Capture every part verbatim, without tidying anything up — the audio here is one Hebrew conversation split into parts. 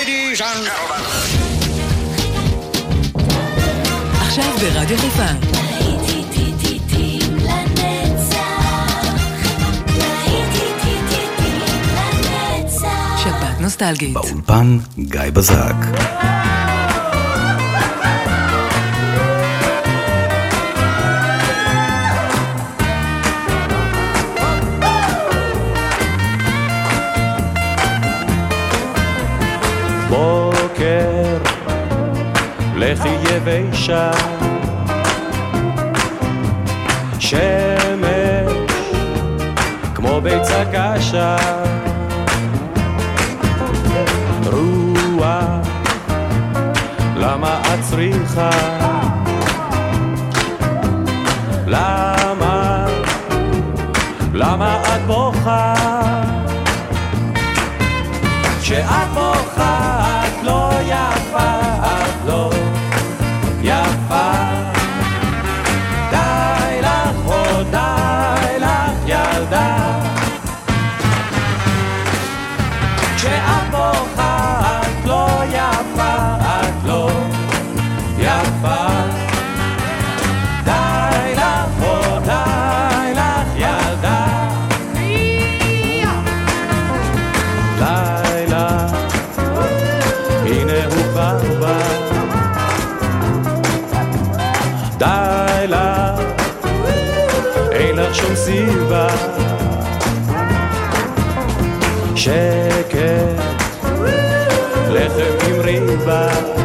Ladies and gentlemen. עכשיו ברדיו חיפה. שבת נוסטלגית. באולפן גיא בזק. בוקר לכי יבשה שמש כמו ביצה קשה רוח למה את צריכה למה למה את בוכה כשאת בוכה את לא יפה את לא יפה די לך או די לך ילדה כשאת בוכה את לא יפה את לא יפה די לך או די לך ילדה לילה הנה הוא כבר בא די לך אין לך שום סיבה שקט לחם עם ריבה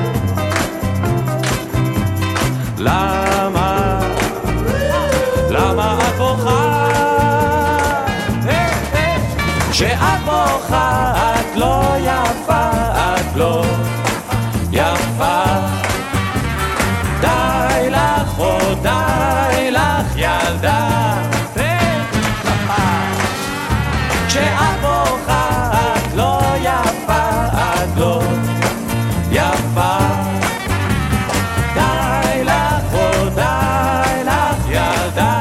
למה למה את בוכה שאת בוכה את לא יפה את לא יפה די לך או די לך ילדה כשאת בוכה את לא יפה את לא יפה די לך או די לך ילדה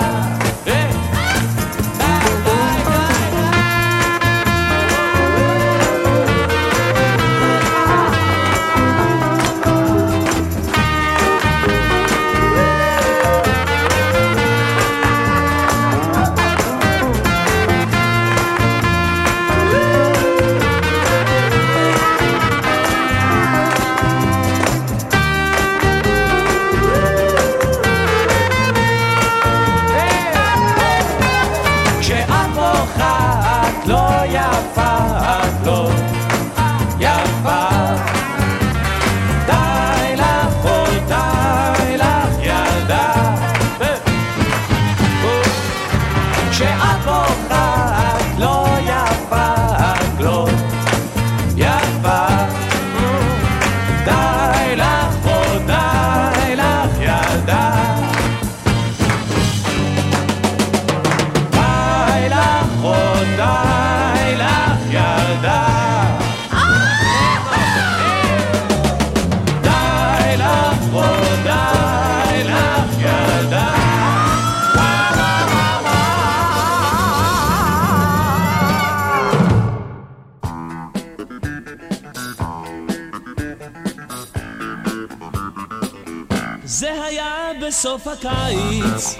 בסוף הקיץ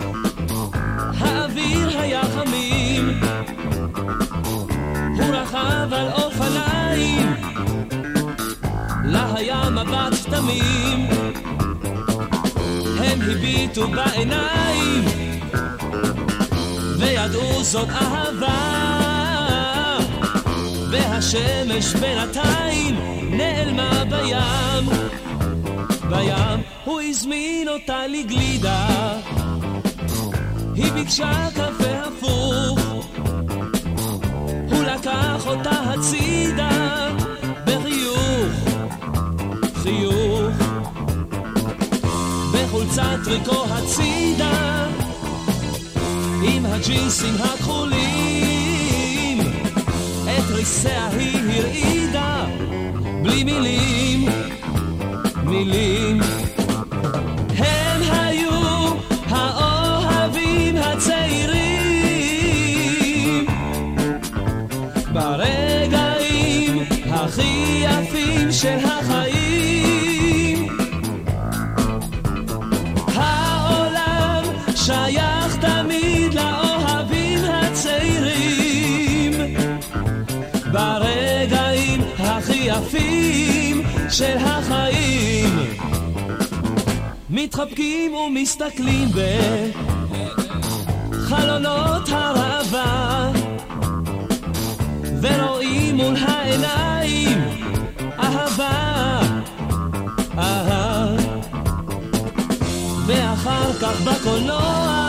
האוויר היה חמים הוא רכב על אופניים לה היה מבט תמים הם הביטו בעיניים וידעו זאת אהבה והשמש בינתיים נעלמה בים בים הוא הזמין אותה לגלידה היא ביקשה קפה הפוך הוא לקח אותה הצידה בחיוך חיוך בחולצת טריקו הצידה עם הג'ינסים הכחולים את ריסיה היא הרעידה בלי מילים מילים הם היו האוהבים הצעירים ברגעים הכי יפים של החיים. העולם שייך תמיד לאוהבים הצעירים, ברגעים הכי יפים של החיים. מתחבקים ומסתכלים בחלונות הרבה, ורואים מול העיניים אהבה, אהה. ואחר כך בקולנוע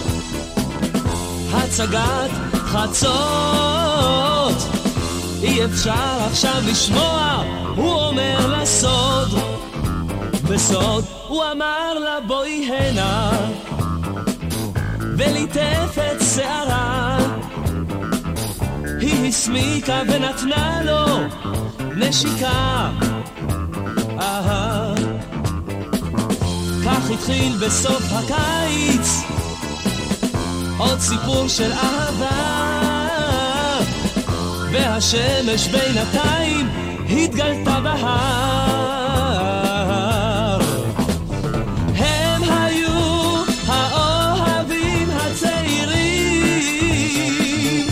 הצגת חצות, אי אפשר עכשיו לשמוע, הוא אומר לסוד, בסוד הוא אמר לה בואי הנה וליטף את שערה. היא הסמיקה ונתנה לו נשיקה, אהה. כך התחיל בסוף הקיץ עוד סיפור של אהבה, והשמש בינתיים התגלתה בהר. הם היו האוהבים הצעירים,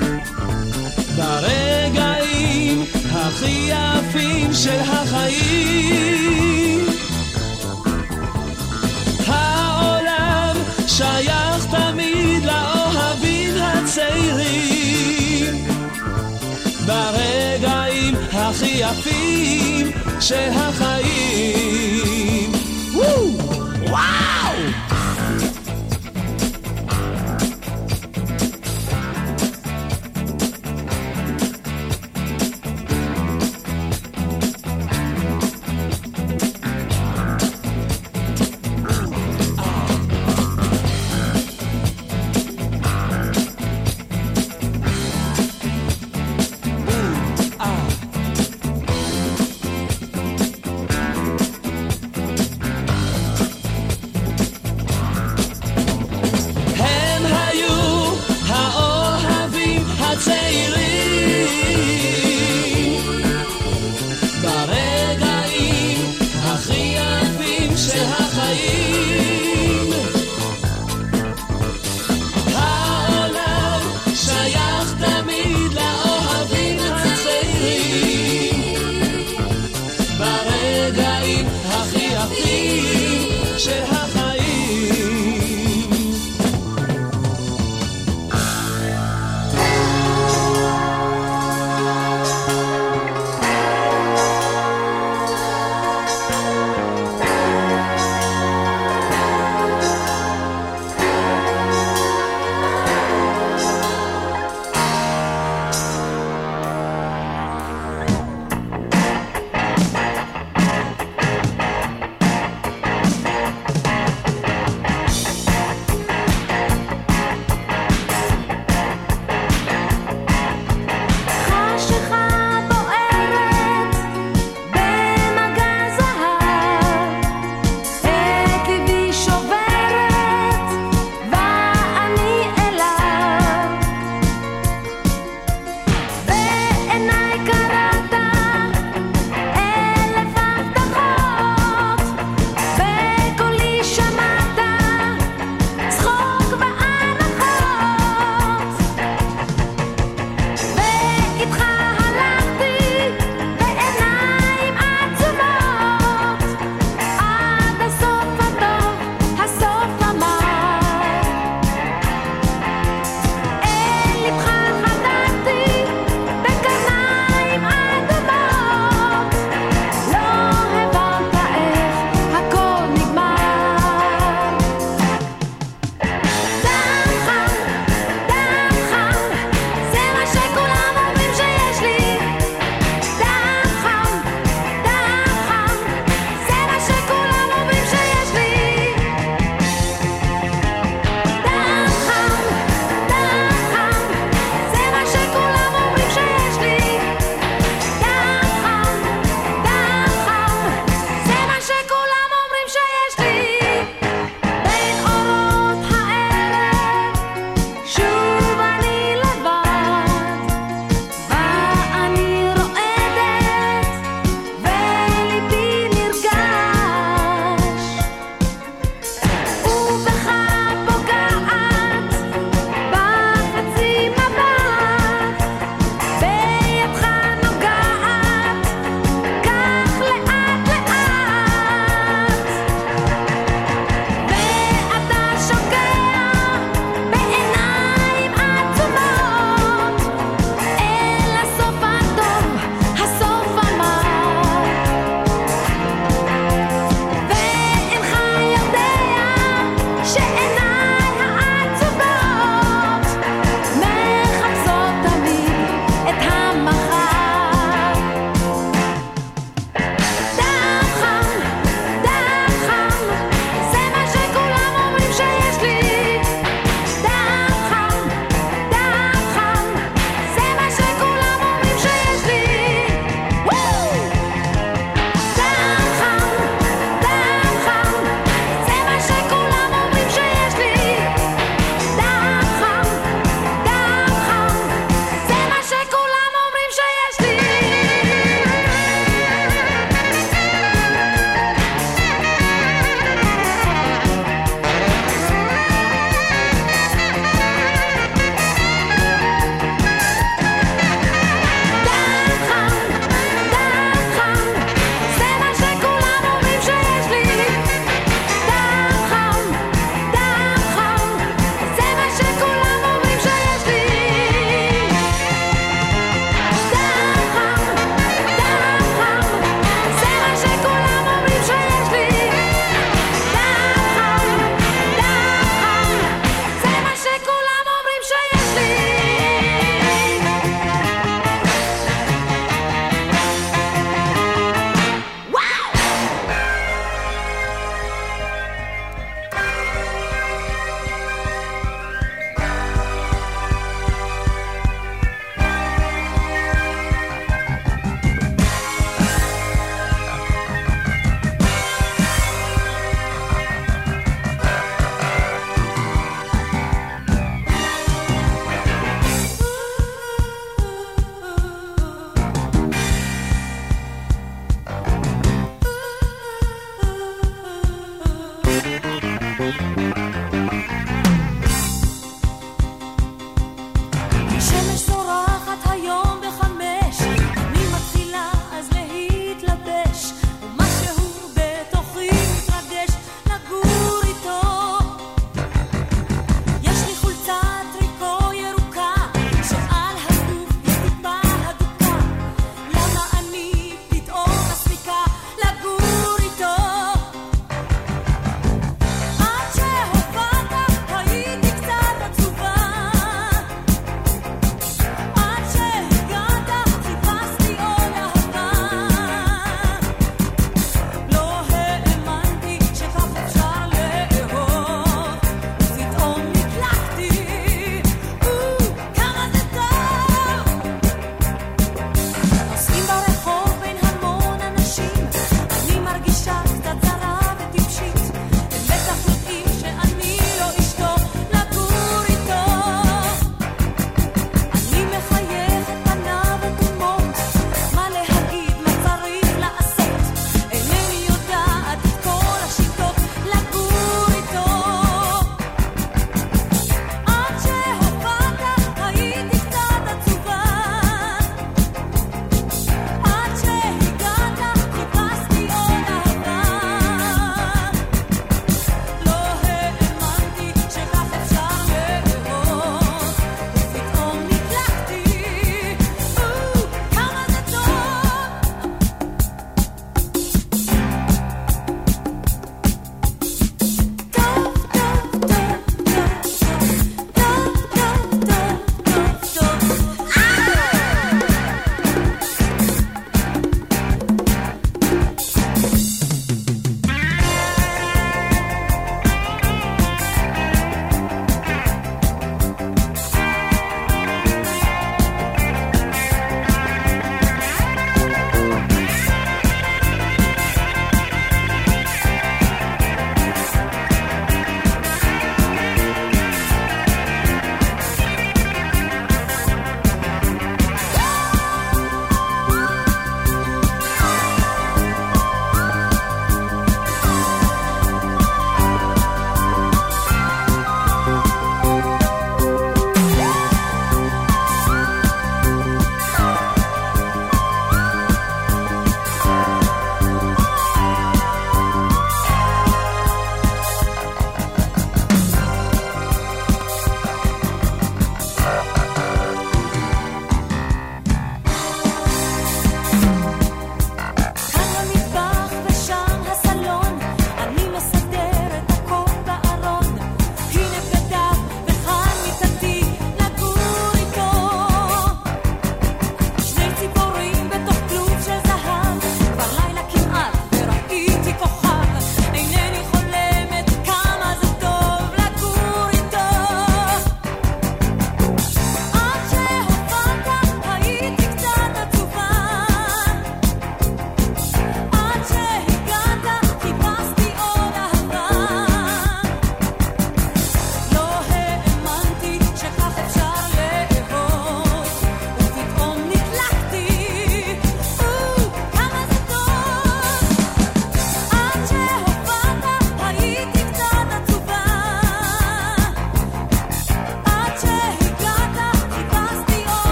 ברגעים הכי יפים של החיים. העולם שייך תמיד לאוהבים הצעירים, ברגעים הכי יפים של החיים. וואו!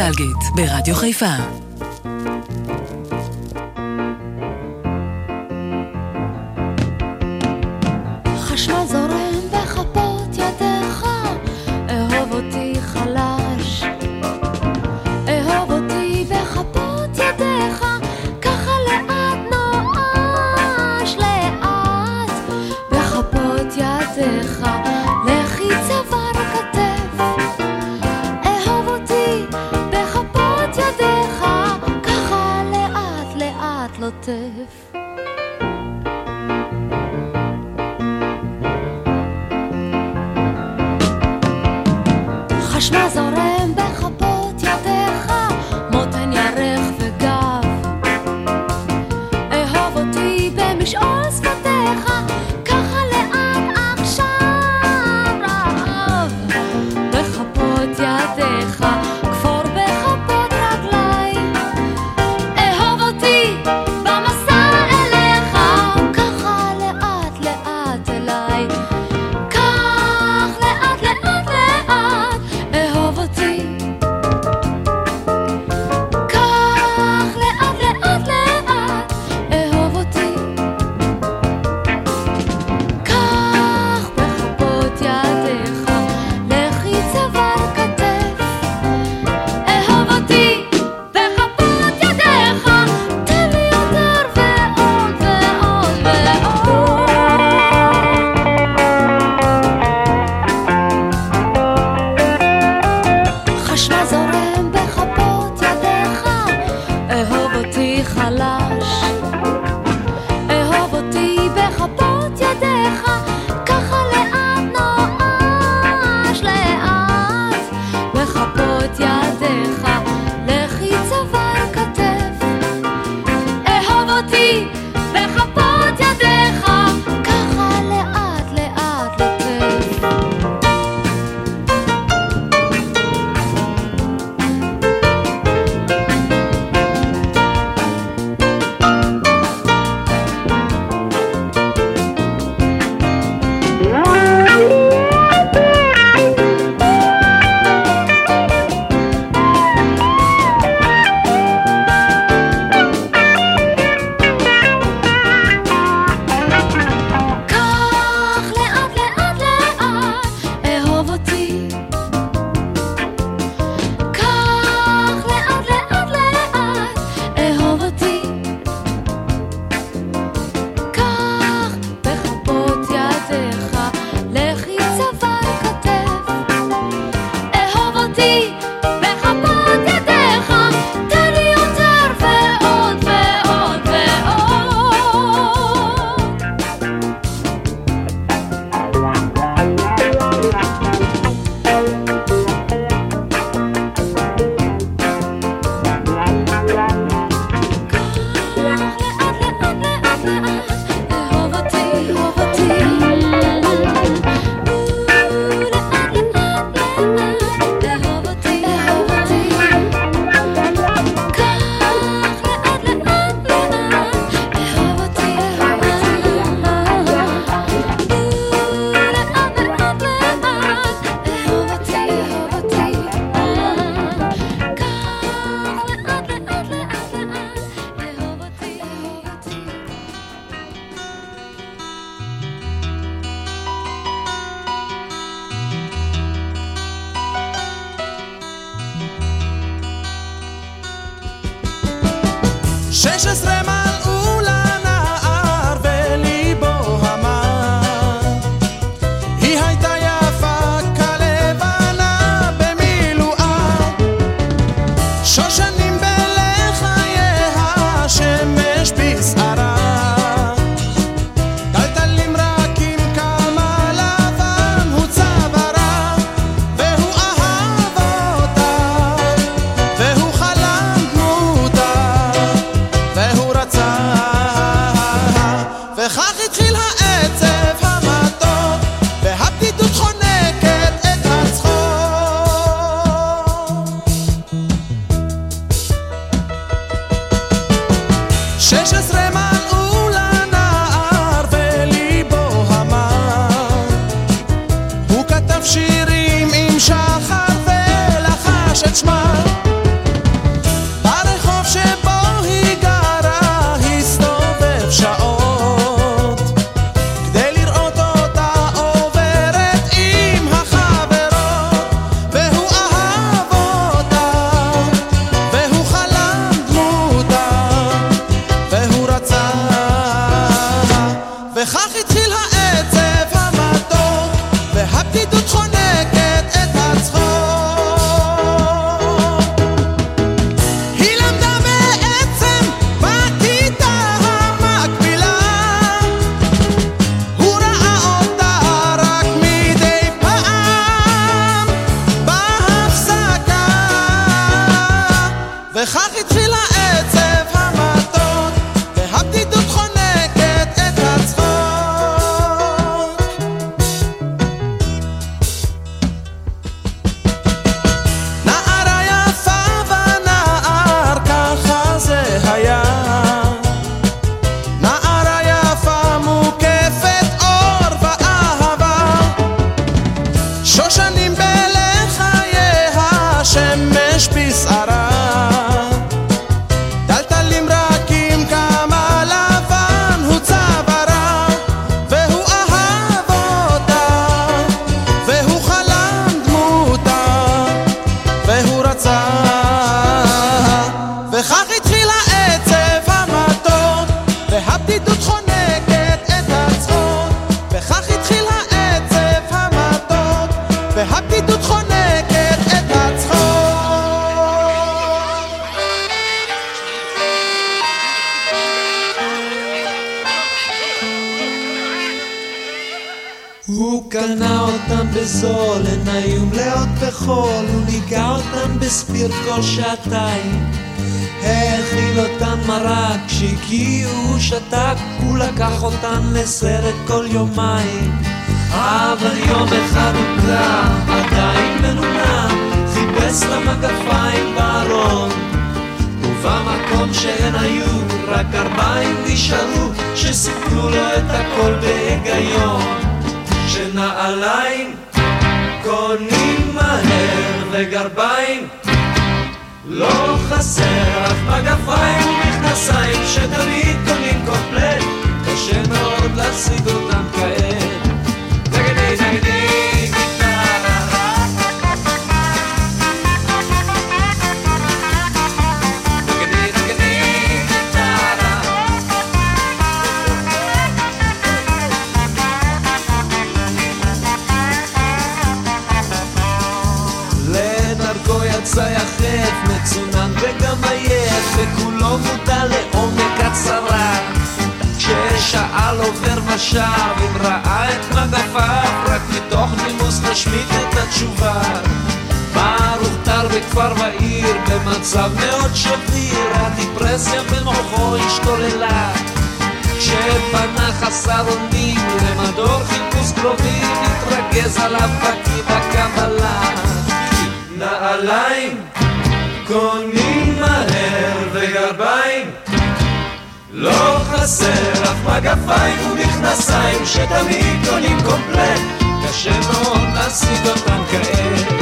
נוסטלגית ברדיו חיפה. חשמל זורם בכפות ידיך, אהוב אותי חלש, אהוב אותי בכפות ידיך, ככה לאט נואש לאט, בכפות ידיך, לכי צוואר כתף, אהוב אותי בכפות ידיך, ככה לאט לאט לוטף. חשמל זורם בכפות ידיך, מותן ירך וגב, אהוב אותי במשעול שפתיך, ככה לאט עכשיו רעב, בכפות ידיך, כפור בכפות רגליים, אהוב אותי במסע אליך, ככה לאט לאט אליי, כך לאט לאט לאט אהוב אותי, כך לאט לאט לאט אהוב אותי, כך בכפות ידיך, לכי צוואר כתף, אהוב אותי בכפות ידיך, תן לי יותר ועוד ועוד ועוד. חשמל זורם בכפות ידיך, אהוב אותי חלש, אהוב אותי בכפות ידיך, ככה לאט נואש לאט, בכפות ידיך, לכי צוואר כתף, אהוב אותי בכפות ידיך, ככה לאט לאט לוטף. כך לאט לאט לאט אהוב אותי, כך לאט לאט לאט אהוב אותי, כך בכפות ידיך, לכי צוואר כתף, אהוב אותי בכפות ידיך, תן לי יותר ועוד ועוד ועוד. אהוב אותי, אהוב אותי, אהוב אותי, אהוב אותי, כך לאט לאט לאט, אהוב אותי, אהוב אותי, לאט לאט לאט, אהוב אותי, אהוב אותי, כך לאט לאט לאט, אהוב אותי, אהוב אותי. שש עשרה מלאו לנער וליבו המר, היא הייתה יפה כלבנה במילואה, שושנים בלחייה, שמש בשערה, טלטלים רכים כמה לבן הוא צווארה, והוא אהב אותה, והוא חלם דמותה, והוא רצה, וכך התחיל העצב המתוק, והבדידות חונקת את הצחוק. שש עשרה מלאו לנער וליבו המר, הוא כתב שירים עם שחר ולחש את שמה, וכך התחיל העצב המתוק, והבדידות חונקת את הצחוק. נערה יפה ונער, ככה זה היה. נערה יפה מוקפת אור ואהבה, שושנים בלחייה, שמש בשערה, טלטלים רכים כמה לבן הוא צווארה, והוא אהב אותה, והוא חלם דמותה, והוא רצה. וכך התחיל העצב המתוק, והבדידות חונקת את הצחוק. וכך התחיל העצב המתוק, והבדידות חונקת את הצחוק. הוא קנה אותם בזול, הן היו מלאות בחול, הוא ניגע אותם בספיר כל שעתיים, האכיל אותן מרק, כשהגיעו הוא שתק, הוא לקח אותן לסרט כל יומיים. אבל יום אחד הוא קרא, עדיין מנונה, חיפש למגפיים בארון, ובמקום שהן היו רק ארבעים נשארו, שסיפרו לו את הכל בהיגיון. שנעליים קונים מהר וגרביים לא חסר, אף מגפיים ומכנסיים שתמיד קונים קומפלט, קשה מאוד להשיג אותם כעת. נגדי נגדי גיטרה, נגדי נגדי גיטרה, לדרכו יצא יחף, מצונן וגם עייף, וכולו מודע לעומק הצרה. כששאל עובר ושב אם ראה את מגפיו, רק מתוך נימוס נשמיט את התשובה. ברוך טר בכפר ועיר במצב מאוד שביר, הדיפרסיה במוחו השתוללה. כשפנה חסר אונים למדור חיפוש קרובים, התרגז עליו פקיד הקבלה. נעליים קונים מהר וגרביים לא חסר, אף מגפיים ומכנסיים שתמיד קונים קומפלט, קשה מאוד להשיג אותם כעת.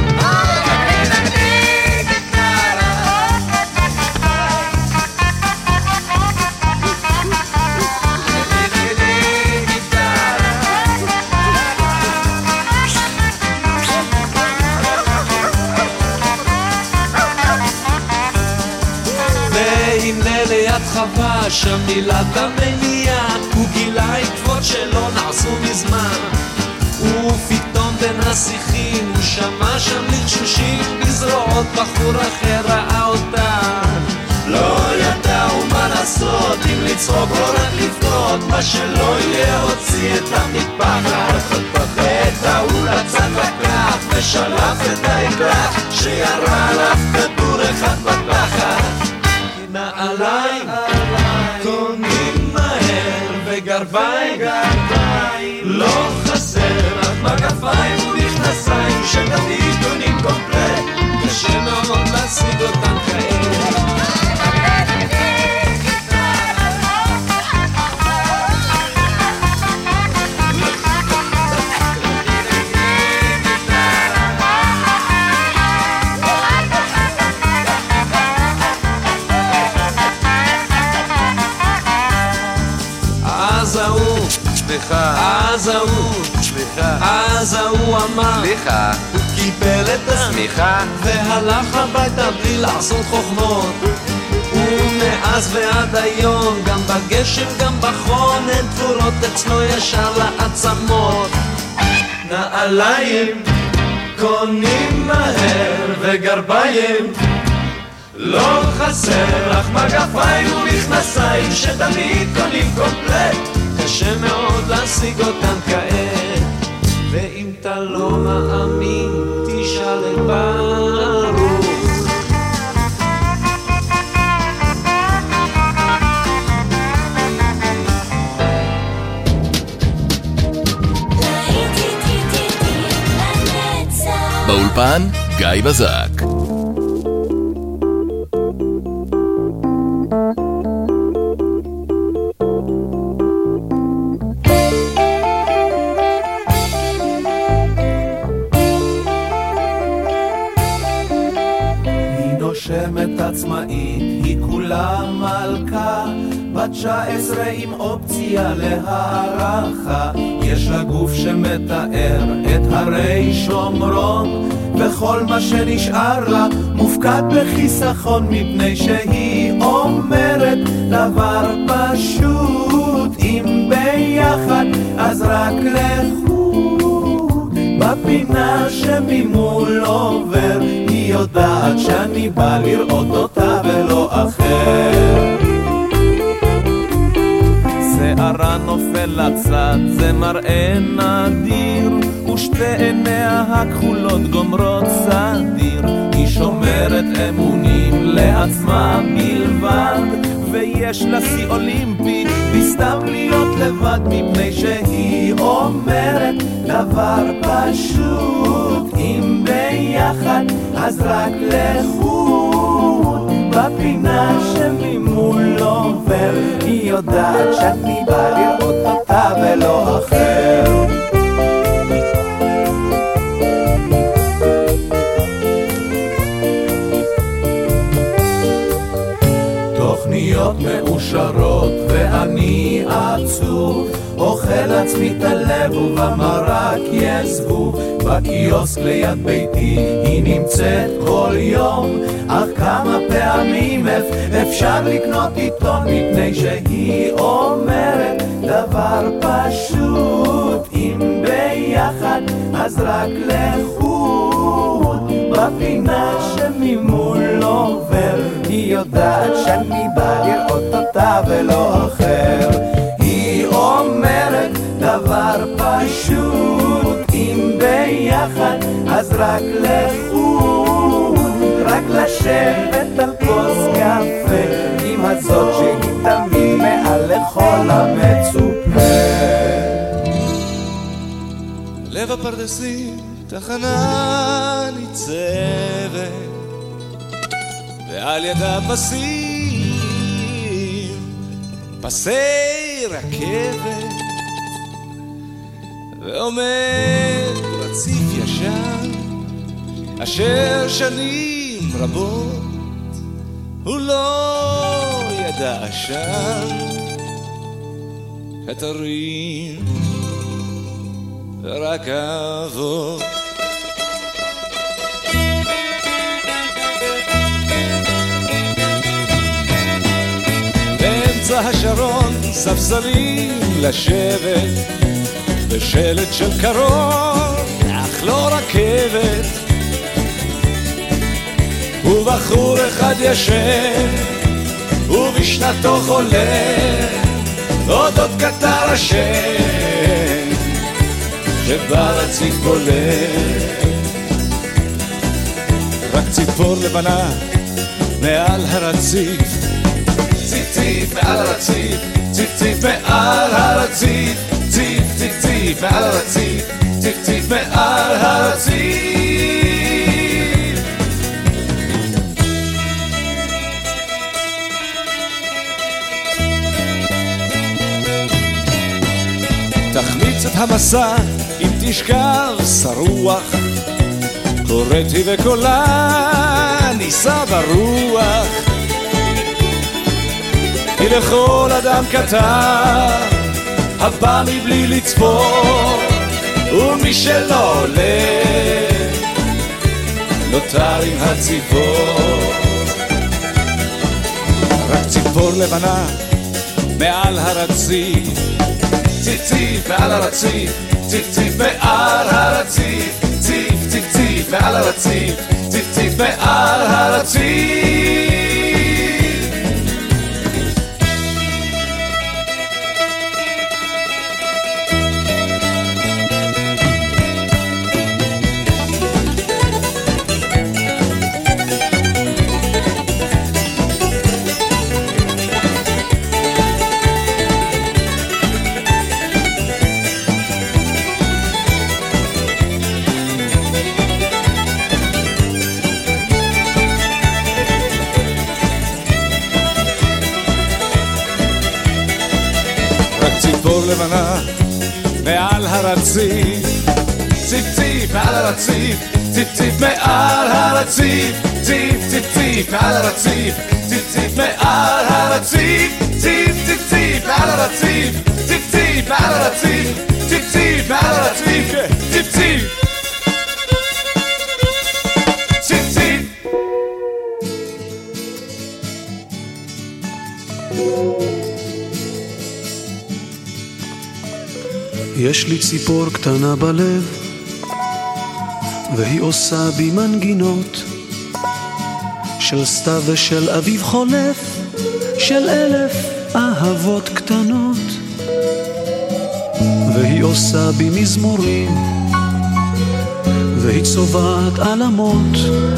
חווה שם מילת המניעה, הוא גילה עקבות שלא נעשו מזמן, ופתאום בין השיחים הוא שמע שם לחשושים בזרועות, בחור אחר ראה אותה, לא ידע ומה לעשות, אם לצחוק או רק לבכות, מה שלא יהיה הוציא את המטפחת, את ההוא לצד לקח ושלף את האקלח שירה עליו כדור אחד בתחת. נעליים קונים מהר וגרביים לא חסר, אף מגפיים ומכנסיים שתמיד קונים קומפלט, קשה מאוד להשיג אותם כעת. אז ההוא, סליחה, אז ההוא אמר, סליחה, הוא קיבל את הסמיכה והלך הביתה בלי לעשות חוכמות, ומאז ועד היום גם בגשם גם בחום הן תפורות אצלו ישר לעצמות. נעליים קונים מהר וגרביים לא חסר, אך מגפיים ומכנסיים שתמיד קונים קומפלט, קשה מאוד להשיג אותם כעת. ואם אתה לא מאמין תשאל את ברוך. באולפן גיא בזק. נושמת עצמאית, היא כולה מלכה, בת תשע עשרה עם אופציה להערכה. יש לה גוף שמתאר את הרי שומרון, וכל מה שנשאר לה מופקד בחיסכון, מפני שהיא אומרת דבר פשוט, אם ביחד אז רק לחוד. בפינה שממול עובר, היא יודעת שאני בא לראות אותה ולא אחר. שערה נופל לצד, זה מראה נדיר, ושתי עיניה הכחולות גומרות סדיר. היא שומרת אמונים לעצמה בלבד, ויש לה שיא אולימפי בסתם להיות לבד, מפני שהיא אומרת דבר פשוט, אם ביחד אז רק לחוד. בפינה שממול עובר, היא יודעת שאני בא לראות אותה ולא אחר. תוכניות מאושרות ואני עצוב, אוכל עצמי את הלב ובמרק יסבו. בקיוסק ליד ביתי היא נמצאת כל יום, אך כמה פעמים אפשר לקנות עיתון, מפני שהיא אומרת דבר פשוט, אם ביחד אז רק לחוד. בפינה שממול עובר, היא יודעת שאני בא לראות אותה ולא אחר. היא אומרת דבר פשוט, אם ביחד אז רק לחוד. רק לשבת על כוס קפה עם הזאת שהיא תמיד מעל לכל המצופה. לב הפרדסים תחנה ניצבת, ועל ידה פסים פסי רכבת, ועומד רציף ישן אשר שנים רבות הוא לא ידע עשן. קטרים ורק אבות, באמצע השרון ספסלים לשבת, בשלט של קרון אך לא רכבת, ובחור אחד ישן ובשנתו חולה, אודות קטר השן שברציף בולט. רק ציפור לבנה מעל הרציף, ציף ציף מעל הרציף, ציף ציף מעל הרציף, ציף ציף ציף מעל הרציף, ציף ציף מעל הרציף. תחמיץ את המסע אם תשכב שרוח, קוראתי וקולה ניסה ברוח. כי לכל אדם קטן הבא מבלי לצפות, ומי שלא עולה נותר עם הציפור. רק ציפור לבנה מעל הרציף, ציף ציף מעל הרציף, ציף ציף מעל הרציף, ציף ציף ציף מעל הרציף, ציף ציף מעל הרציף. ציפור לבנה מעל הרציף, ציפ ציפ מעל הרציף, ציפ ציפ מעל הרציף, ציפ ציפ ציפ מעל הרציף, ציפ ציפ מעל הרציף, ציפ ציפ ציפ מעל הרציף, ציפ ציפ מעל הרציף, ציפ ציפ מעל הרציף, ציפ ציפ ציפ ציפ. יש לי ציפור קטנה בלב והיא עושה בי מנגינות של סתיו ושל אביב חולף, של אלף אהבות קטנות, והיא עושה בי מזמורים והיא צובעת עלמות,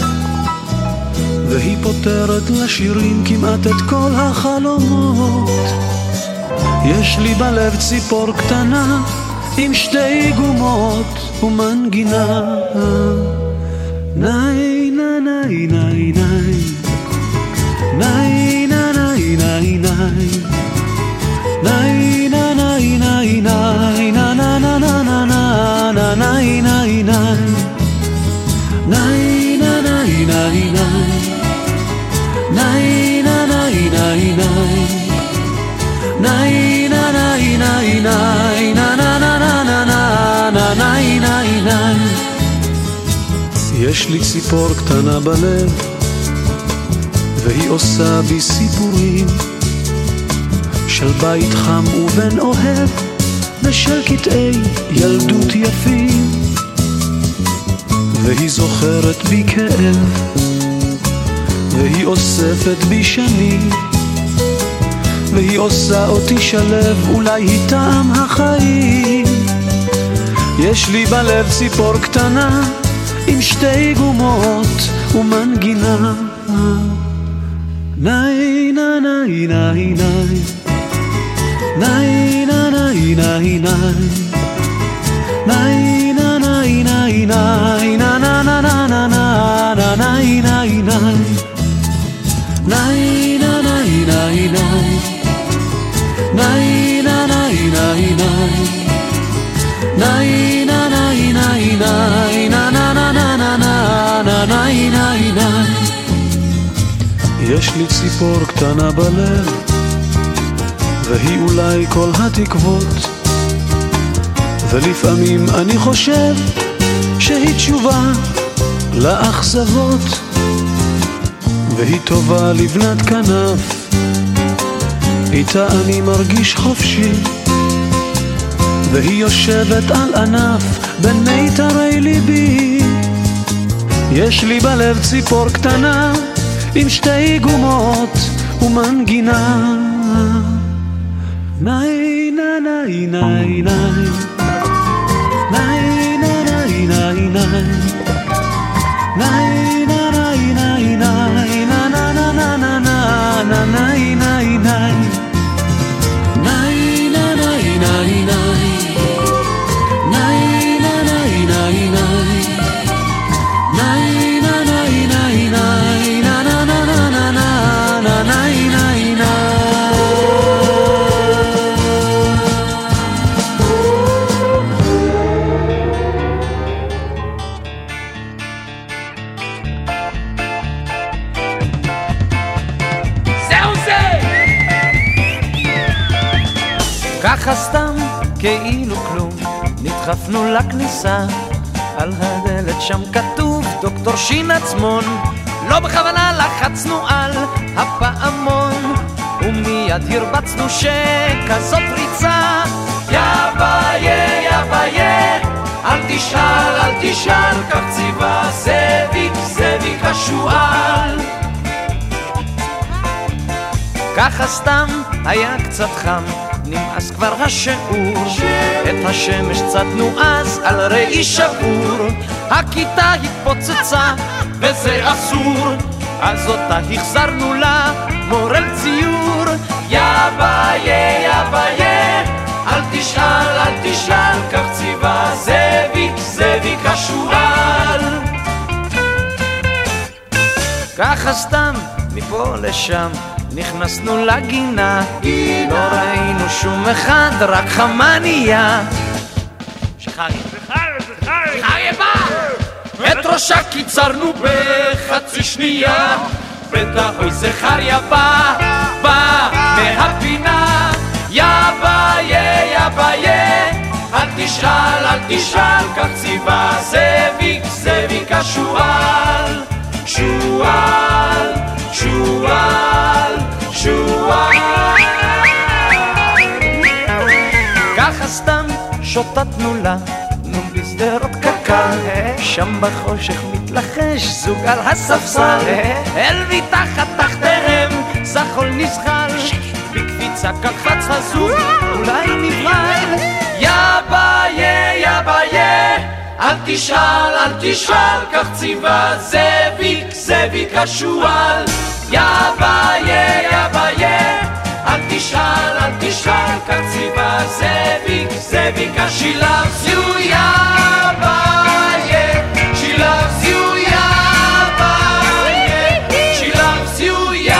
והיא פותרת לשירים כמעט את כל החלומות. יש לי בלב ציפור קטנה עם שתי גומות ומנגינה, ניי ניי ניי ניי ניי ניי ניי ניי ניי ניי ניי ניי ניי נה נה נה נה נה נה נה ניי ניי ניי ניי נה ניי ניי ניי ניי נה ניי ניי ניי נה ניי ניי ניי נה נה נה נה נה נה ניי ניי ניי. יש לי ציפור קטנה בלב והיא עושה בי סיפורים של בית חם ובן אוהב ושל קטעי ילדות יפים, והיא זוכרת בי כאב והיא אוספת בי שנים, והיא עושה אותי שלב, אולי היא טעם החיים. יש לי בלב ציפור קטנה עם שתי גומות ומנגינה, ניי ניי ניי ניי ניי ניי ניי ניי ניי ניי ניי ניי ניי נה נה נה נה נה נה ניי ניי ניי ניי ניי ניי ניי Nay na nay nay nay nay na nay nay nay na na na na na na nay nay nay. יש לי ציפור קטנה בלב והיא אולי כל התקוות, ולפעמים אני חושב שהיא תשובה לאכזבות, והיא טובה לבנת כנף, איתה אני מרגיש חופשי, והיא יושבת על ענף בין מיתרי ליבי. יש לי בלב ציפור קטנה עם שתי גומות ומנגינה, ניי ניי ניי ניי ניי ניי ניי ניי ניי ניי ניי ניי נה נה נה נה נה נה ניי ניי ניי ככה סתם כאילו כלום נדחפנו לכניסה, על הדלת שם כתוב דוקטור שין עצמון, לא בכוונה לחצנו על הפעמון ומיד הרבצנו שכזאת ריצה, יא ביי יא ביי אל תשאל אל תשאל כך ציווה זאביק זאביק השועל. ככה סתם היה קצת חם, נמאס כבר השיעור, את השמש צדנו אז על ראי שבור, הכיתה התפוצצה וזה אסור, אז אותה החזרנו לה מורל ציור, יא ביי יא ביי אל תשאל אל תשאל כך ציווה זאביק זאביק השועל. ככה סתם מפה לשם נכנסנו לגינה, לא ראינו שום אחד, רק חמניה. שחרי, שחרי בא! את ראשה קיצרנו בחצי שנייה, בטח אוי זכריה בא, בא מהפינה. יא ביה, יא ביה, אל תשאל, אל תשאל, כך ציווה זאביק, זאביק השועל. שועל, שועל, שועל. ככה סתם שוטטנו לה, נו בשדרות קק"ל, שם בחושך מתלחש זוג על הספסל, אל מתחת תחתיהם זחול נזחל, בקפיצה קפץ הזוג, אולי נברל. יא ביה, יא ביה, אל תשאל, אל תשאל, כך ציווה זאביק, זאביק השועל. יא ביה, יא ביה, אל תשאל, אל תשאל, כך ציווה זאביק, זאביק השילב. זיו יא ביה, שילב זיו יא ביה, שילב זיו יא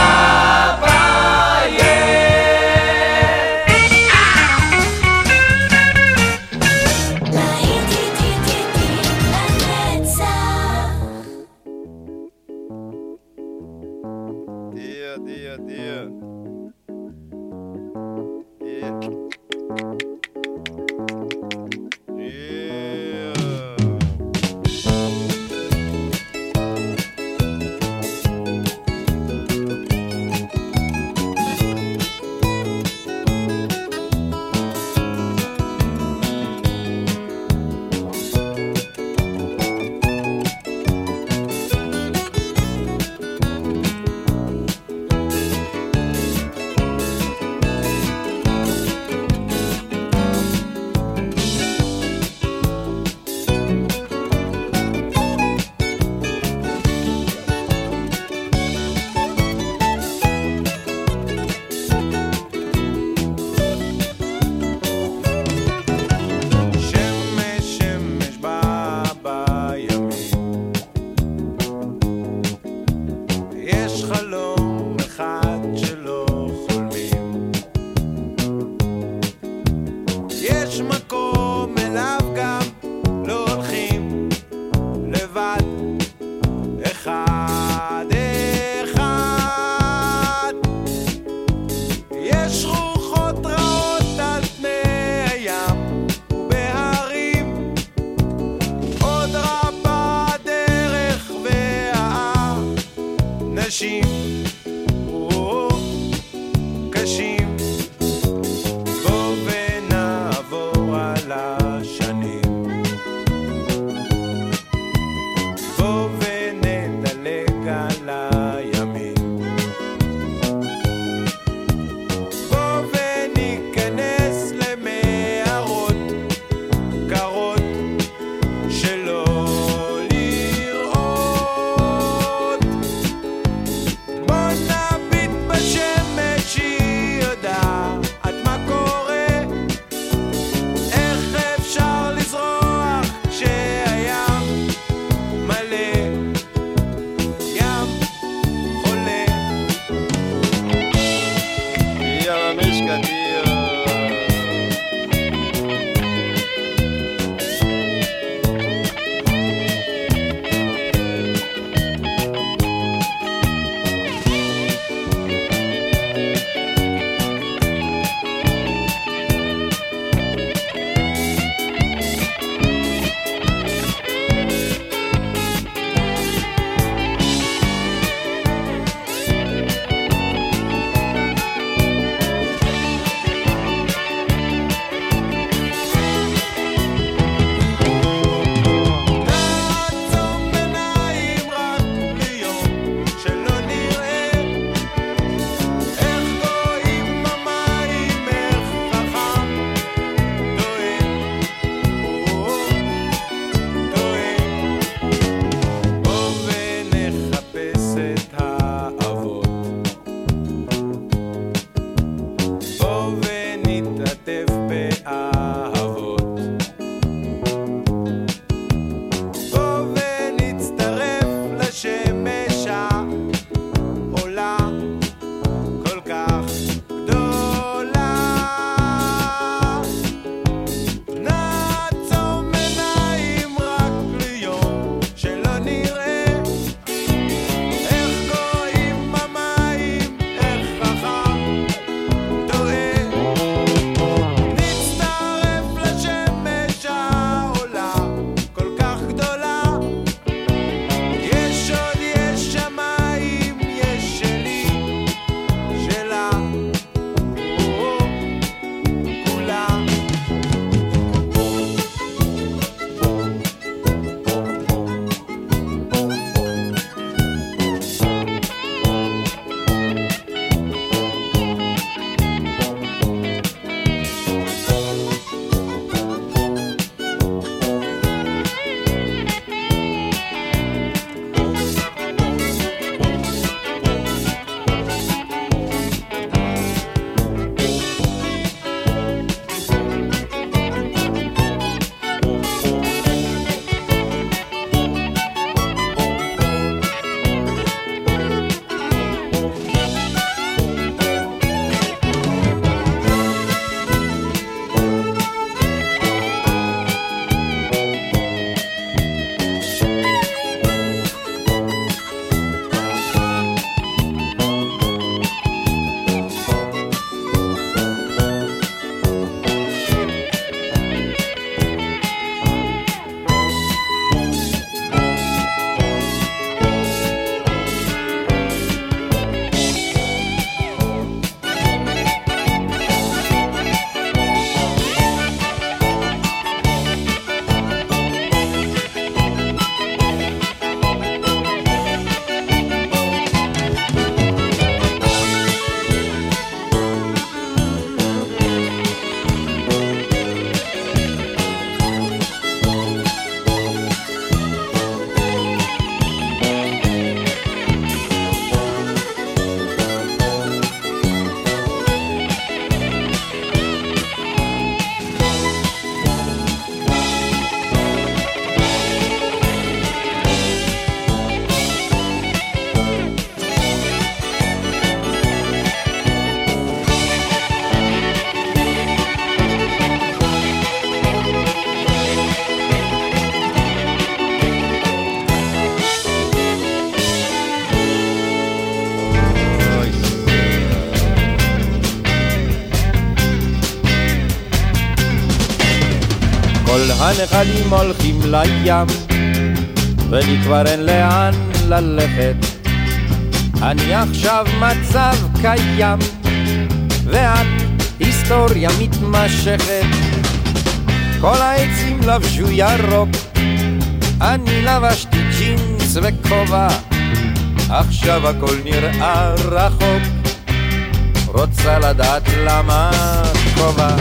כל הנחלים הולכים לים, ולי כבר אין לאן ללכת. אני עכשיו מצב קיים, ואת היסטוריה מתמשכת. כל העצים לבשו ירוק, אני לבשתי ג'ינס וכובע, עכשיו הכל נראה רחוק, רוצה לדעת למה כובע.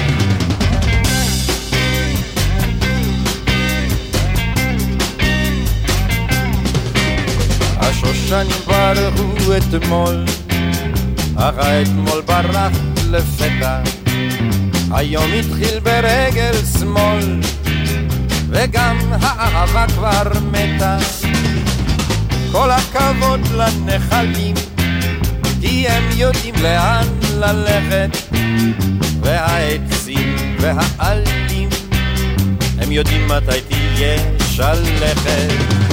השושנים ברחו אתמול, אך אתמול ברח לפתע, היום התחיל ברגל שמאל, וגם האהבה כבר מתה. כל הכבוד לנחלים, כי הם יודעים לאן ללכת, והעצים והעלים, הם יודעים מתי תהיה שלכת.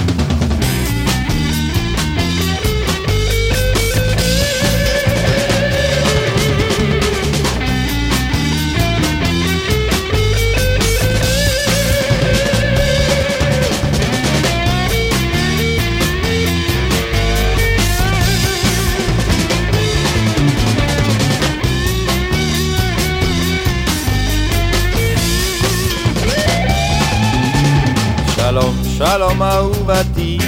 שלום, שלום אהובתי,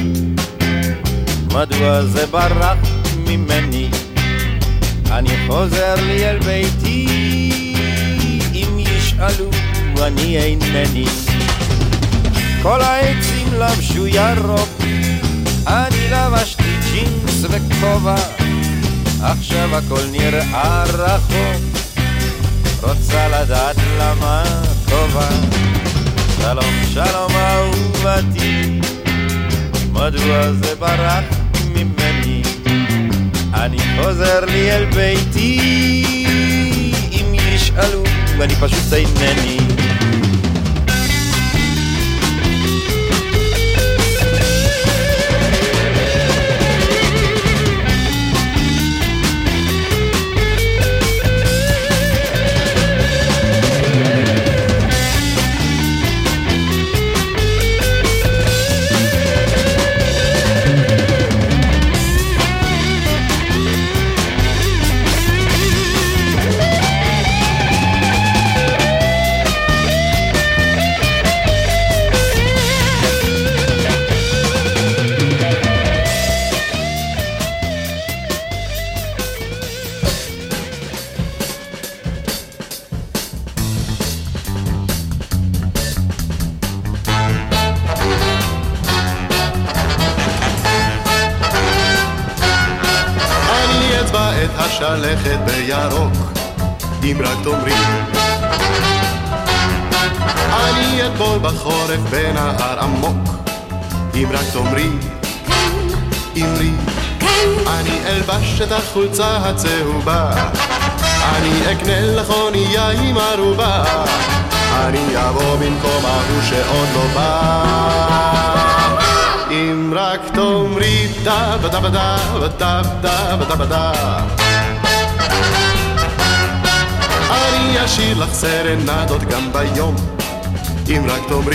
מדוע זה ברח ממני? אני חוזר לי אל ביתי, אם ישאלו אני אינני. כל העצים לבשו ירוק, אני לבשתי ג'ינס וכובע, עכשיו הכל נראה רחוק, רוצה לדעת למה כובע. שלום, שלום אהובתי, מדוע זה ברח ממני? אני חוזר לי אל ביתי, אם ישאלו אני פשוט אינני. שלכת בירוק, אם רק תאמרי. אני אטבול בחורף בנהר עמוק, אם רק תאמרי. אמרי, אני אלבש את החולצה הצהובה, אני אקנה לך אונייה עם ערובה, אני אבוא במקום ההוא שעוד לא בא. אם רק תאמרי דה בדה בדה בדה בדה בדה בדה, אני אשיר לך סרנדות גם ביום, אם רק תאמרי.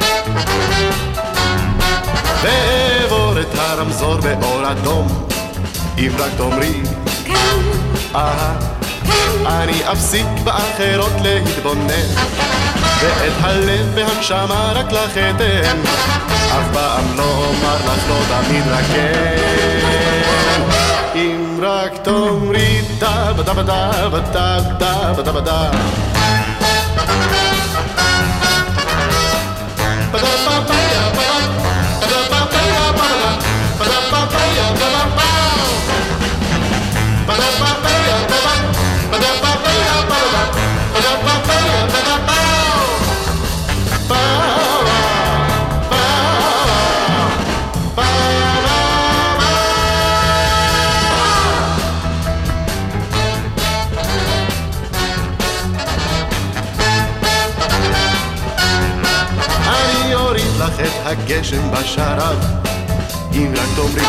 ועבור את הרמזור באור אדום, אם רק תאמרי. אה, אני אפסיק באחרות להתבונן, ואת הלב והנשמה רק לך אתן, אף פעם לא אומר לך לא תמיד רק כן. אם רק תאמרי דה בדה בדה בדה בדה בדה בדה את הגשם בשרב, אם רק תאמרי.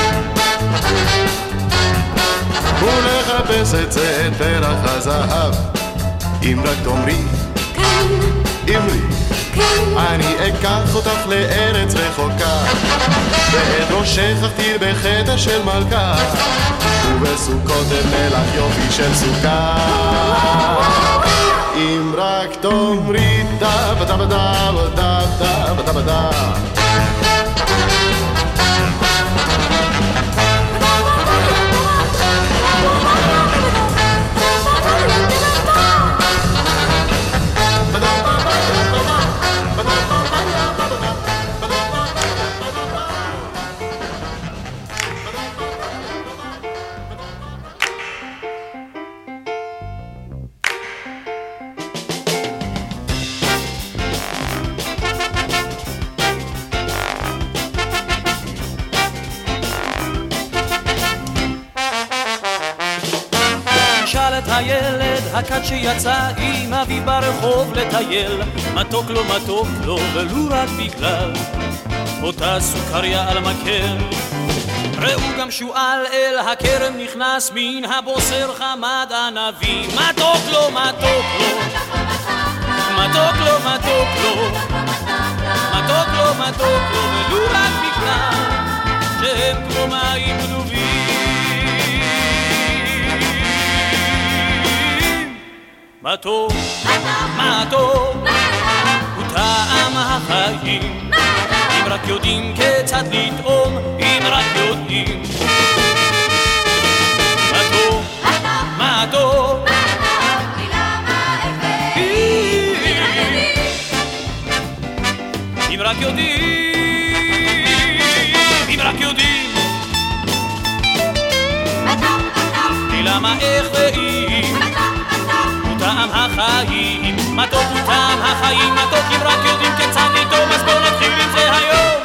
ולחפש את זה את פרח הזהב, אם רק תאמרי. אמרי, אני אקח אותך לארץ רחוקה, ואת ראשך אכתיר בחדר של מלכה, ובסוכות אבנה לך יופי של סוכה. אם רק תאמרי דה בדה בדה בדה בדה בדה בדה הילד הכד שיצא עם אבי ברחוב לטייל, מתוק לו מתוק לו ולו רק בגלל אותה סוכריה על מקל. ראו גם שועל אל הכרם נכנס, מן הבוסר חמד ענבים, מתוק לו מתוק לו מתוק לו מתוק לו מתוק לו מתוק לו ולו רק בגלל שהם כמו מים גנובים. מתוק, מתוק, הוא טעם החיים, אם רק יודעים כיצד לטעום, אם רק יודעים. מתוק, מתוק, אם רק יודעים, אם רק יודעים. למה איך ואם טעם החיים, מתוק הוא טעם החיים, מתוק אם רק יודעים כיצד לטעום, אז בואו נתחיל עם זה היום.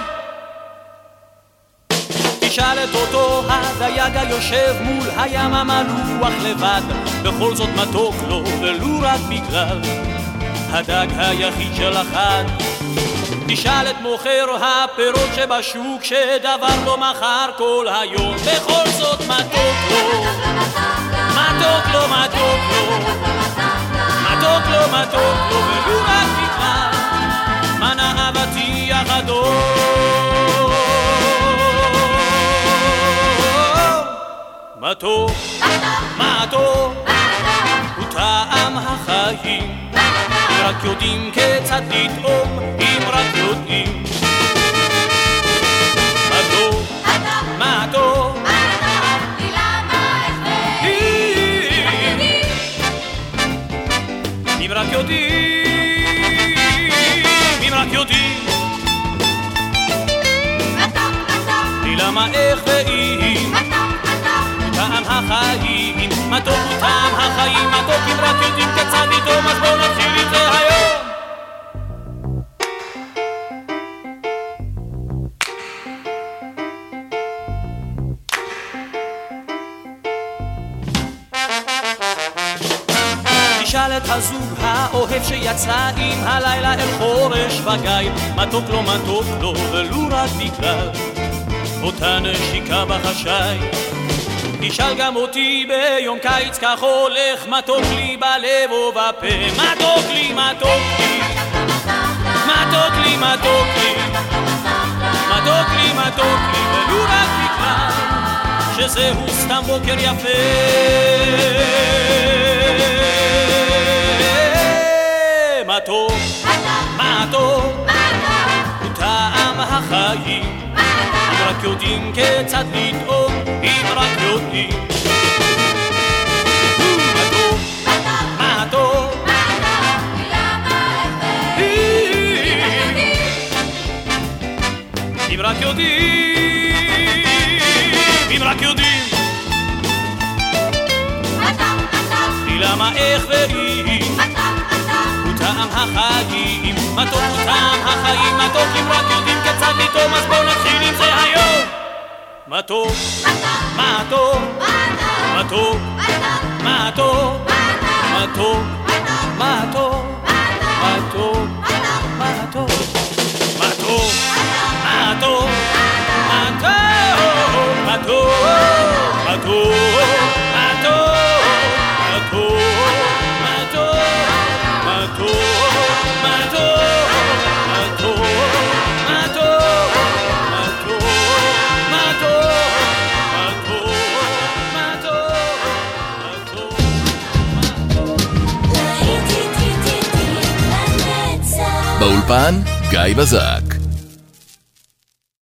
תשאל את אותו הדייג היושב מול הים המלוח לבד, בכל זאת מתוק לו ולו רק בגלל הדג היחיד של החד. תשאל את מוכר הפירות שבשוק שדבר לא מכר כל היום, בכל זאת מתוק לו מתוק לו מתוק לו מתוק לו מתוק לו ולו רק בגלל מנה אהבתי החדום. מתוק, מתוק, הוא טעם החיים, אם רק יודעים כיצד לטעום, אם רק יודעים. מתוק, מתוק, אם רק יודעים, אם רק יודעים. למה איך ואם טעם החיים, מתוק הוא טעם החיים, מתוק אם רק יודעים כיצד לטעום, אז בואו נתחיל עם זה היום. תשאל את הזוג האוהב שיצא עם הלילה אל חורש וגיא, מתוק לו מתוק לו ולו רק בגלל אותה נשיקה בחשאי. תשאל גם אותי ביום קיץ כך הולך, מתוק לי בלב ובפה, מתוק לי מתוק לי מתוק לי מתוק לי מתוק לי מתוק לי ולו רק בגלל שזהו סתם בוקר יפה. מתוק, מתוק, הוא טעם החיים, אם רק יודעים כיצד לטעום, אם רק יודעים. מתוק, מתוק, אם רק יודעים, אם רק יודעים. למה איך ואם טעם החיים, מתוק הוא טעם החיים, מתוק אם רק יודעים כיצד לטעום, אז בואו נתחיל עם זה היום. מתוק, מתוק, מתוק, מתוק, מתוק, מתוק, מתוק, מתוק, מתוק, מתוק, מתוק, מתוק, מתוק, מתוק, מתוק, מתוק, מתוק, באולפן גיא בזק.